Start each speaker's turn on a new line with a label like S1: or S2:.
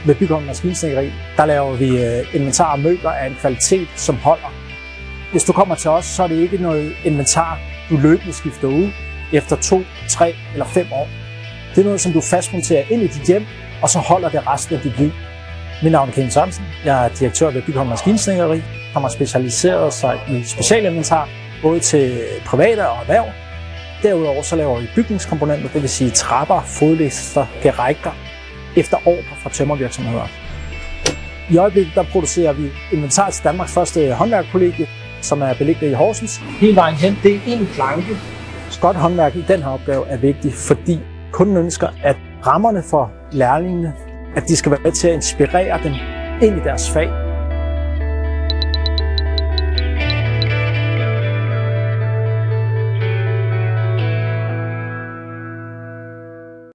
S1: Ved Bygholm Maskinsnedkeri, der laver vi inventar og møbler af en kvalitet, som holder. Hvis du kommer til os, så er det ikke noget inventar, du løbende skifter ud efter 2, 3 eller 5 år. Det er noget, som du fastmonterer ind i dit hjem, og så holder det resten af dit liv. Mit navn er Kenneth Sørensen. Jeg er direktør ved Bygholm Maskinsnedkeri, som har specialiseret sig i specialinventar, både til private og erhverv. Derudover så laver vi bygningskomponenter, det vil sige trapper, fodlister, gerækker, efter ordre fra tømmervirksomheder. I øjeblikket der producerer vi inventar til Danmarks første håndværkerkollegie, som er beliggende i Horsens. Hele vejen hen, det er en planke. Godt håndværk i den her opgave er vigtigt, fordi kunden ønsker, at rammerne for lærlingene, at de skal være med til at inspirere dem ind i deres fag.